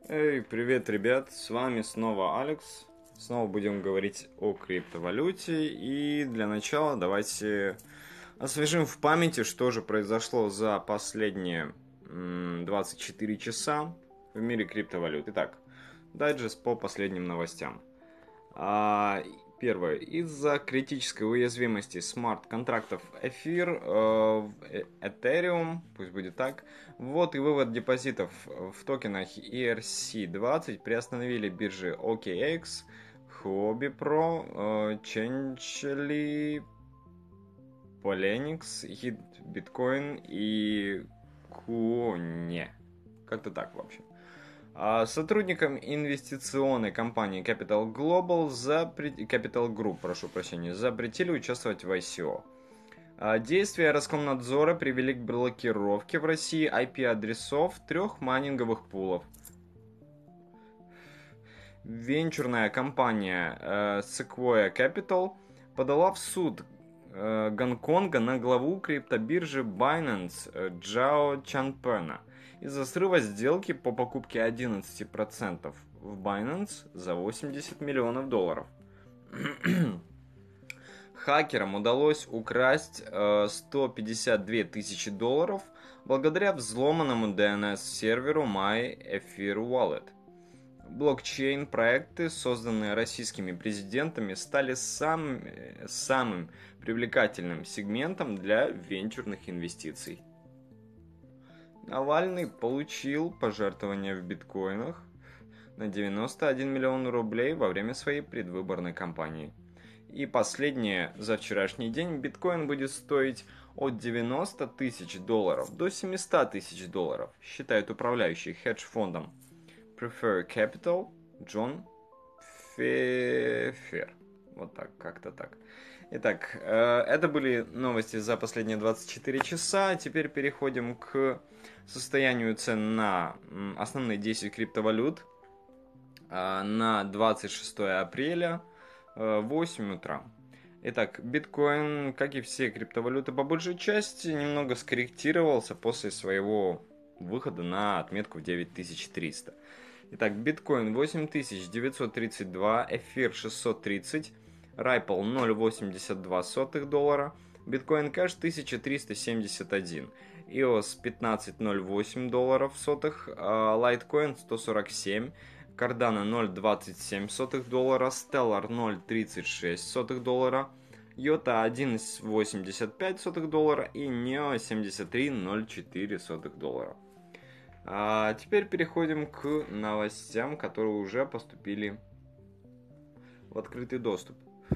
Эй, привет, ребят, с вами снова Алекс. Снова будем говорить о криптовалюте. И для начала давайте освежим в памяти, что же произошло за последние 24 часа в мире криптовалют. Итак, дайджест по последним новостям. Первое. Из-за критической уязвимости смарт-контрактов Эфир в Ethereum, пусть будет так, ввод и вывод депозитов в токенах ERC-20 приостановили биржи OKX, Huobi Pro, Changelly, Polenix, Bitcoin и Kuone. Как-то так, в общем. Сотрудникам инвестиционной компании Capital Group, запретили участвовать в ICO. Действия Роскомнадзора привели к блокировке в России IP-адресов 3 майнинговых пулов. Венчурная компания Sequoia Capital подала в суд Гонконга на главу криптобиржи Binance Джао Чанпена из-за срыва сделки по покупке 11% в Binance за $80 миллионов. Хакерам удалось украсть $152 тысячи благодаря взломанному DNS-серверу MyEtherWallet. Блокчейн-проекты, созданные российскими президентами, стали самым привлекательным сегментом для венчурных инвестиций. Навальный получил пожертвования в биткоинах на 91 миллион рублей во время своей предвыборной кампании. И последнее, за вчерашний день биткоин будет стоить от $90 тысяч до $700 тысяч, считает управляющий хедж-фондом Prefer Capital Джон Фефер. Вот так, как-то так. Итак, это были новости за последние 24 часа. Теперь переходим к состоянию цен на основные 10 криптовалют на 26 апреля 8 утра. Итак, биткоин, как и все криптовалюты по большей части, немного скорректировался после своего выхода на отметку в 9300. Итак, биткоин 8932, эфир 630, Ripple 0,82 доллара, биткоин кэш 1371, EOS 15,08 долларов сотых, Litecoin 147, Cardano 0,27 доллара, Stellar 0,36 доллара, Йота 1,85 доллара и Neo 73,04 доллара. Теперь переходим к новостям, которые уже поступили в открытый доступ.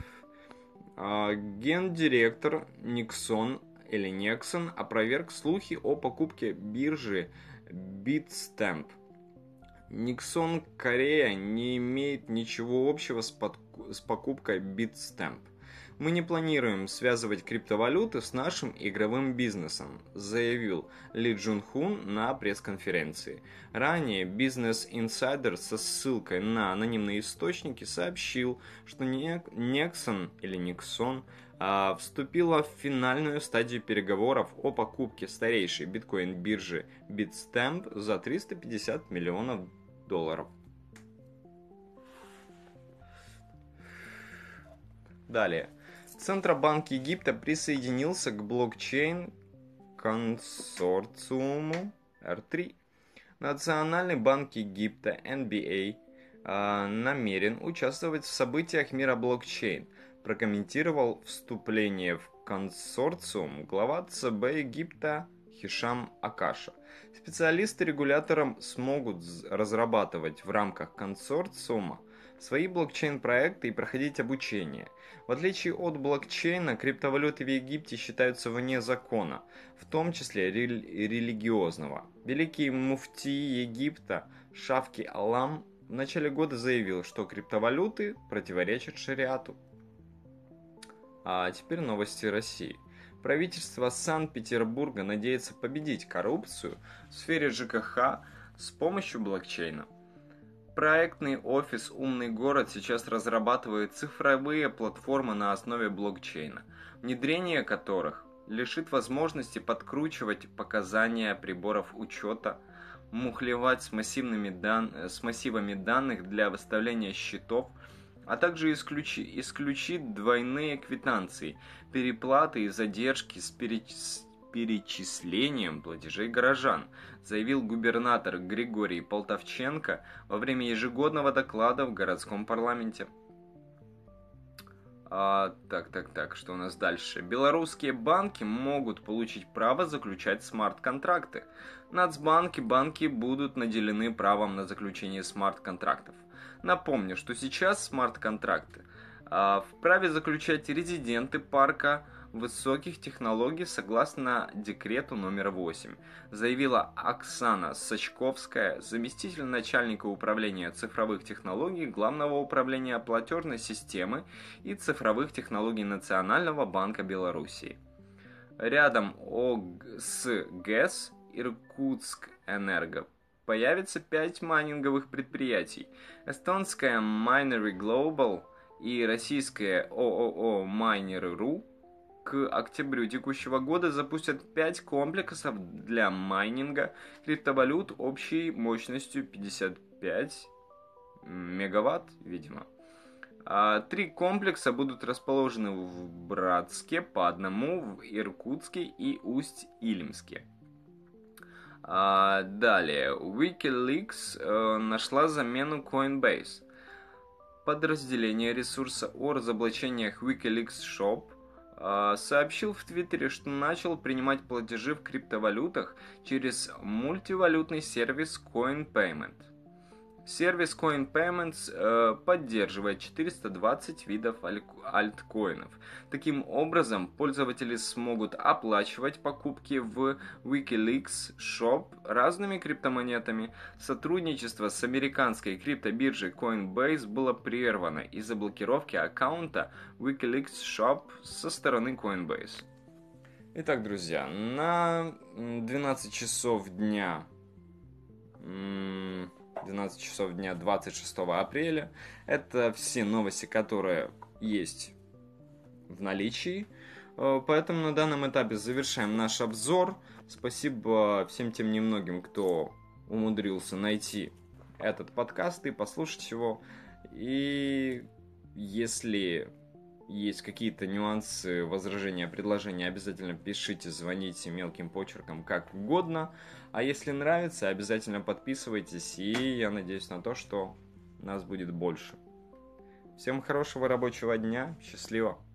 Гендиректор Nexon опроверг слухи о покупке биржи Bitstamp. Nexon Корея не имеет ничего общего с покупкой Bitstamp. Мы не планируем связывать криптовалюты с нашим игровым бизнесом, заявил Ли Джун Хун на пресс-конференции. Ранее Business Insider со ссылкой на анонимные источники сообщил, что Nexon вступила в финальную стадию переговоров о покупке старейшей биткоин-биржи Bitstamp за $350 миллионов. Далее. Центробанк Египта присоединился к блокчейн-консорциуму R3. Национальный банк Египта NBA намерен участвовать в событиях мира блокчейн, прокомментировал вступление в консорциум глава ЦБ Египта Хишам Акаша. Специалисты регуляторам смогут разрабатывать в рамках консорциума свои блокчейн-проекты и проходить обучение. В отличие от блокчейна, криптовалюты в Египте считаются вне закона, в том числе религиозного. Великий муфти Египта Шафки Алам в начале года заявил, что криптовалюты противоречат шариату. А теперь новости России. Правительство Санкт-Петербурга надеется победить коррупцию в сфере ЖКХ с помощью блокчейна. Проектный офис «Умный город» сейчас разрабатывает цифровые платформы на основе блокчейна, внедрение которых лишит возможности подкручивать показания приборов учета, мухлевать с массивами данных для выставления счетов, а также исключит двойные квитанции, переплаты и задержки с перечислением платежей горожан, заявил губернатор Григорий Полтавченко во время ежегодного доклада в городском парламенте. Так, что у нас дальше? Белорусские банки могут получить право заключать смарт-контракты. Нацбанки, банки будут наделены правом на заключение смарт-контрактов. Напомню, что сейчас смарт-контракты вправе заключать резиденты парка высоких технологий согласно декрету номер 8, заявила Оксана Сачковская, заместитель начальника управления цифровых технологий Главного управления платежной системы и цифровых технологий Национального банка Белоруссии. Рядом с ГЭС Иркутскэнерго появится 5 майнинговых предприятий. Эстонская Minery Global и российская ООО Minery.ru к октябрю текущего года запустят 5 комплексов для майнинга криптовалют общей мощностью 55 мегаватт, видимо. 3 комплекса будут расположены в Братске, по одному в Иркутске и Усть-Илимске. Далее, WikiLeaks нашла замену Coinbase. Подразделение ресурса о разоблачениях WikiLeaks Shop сообщил в Твиттере, что начал принимать платежи в криптовалютах через мультивалютный сервис CoinPayment. Сервис CoinPayments поддерживает 420 видов альткоинов. Таким образом, пользователи смогут оплачивать покупки в WikiLeaks Shop разными криптомонетами. Сотрудничество с американской криптобиржей Coinbase было прервано из-за блокировки аккаунта WikiLeaks Shop со стороны Coinbase. Итак, друзья, на 12 часов дня 26 апреля. Это все новости, которые есть в наличии. Поэтому на данном этапе завершаем наш обзор. Спасибо всем тем немногим, кто умудрился найти этот подкаст и послушать его. И если есть какие-то нюансы, возражения, предложения, обязательно пишите, звоните мелким почерком, как угодно. А если нравится, обязательно подписывайтесь, и я надеюсь на то, что нас будет больше. Всем хорошего рабочего дня, счастливо!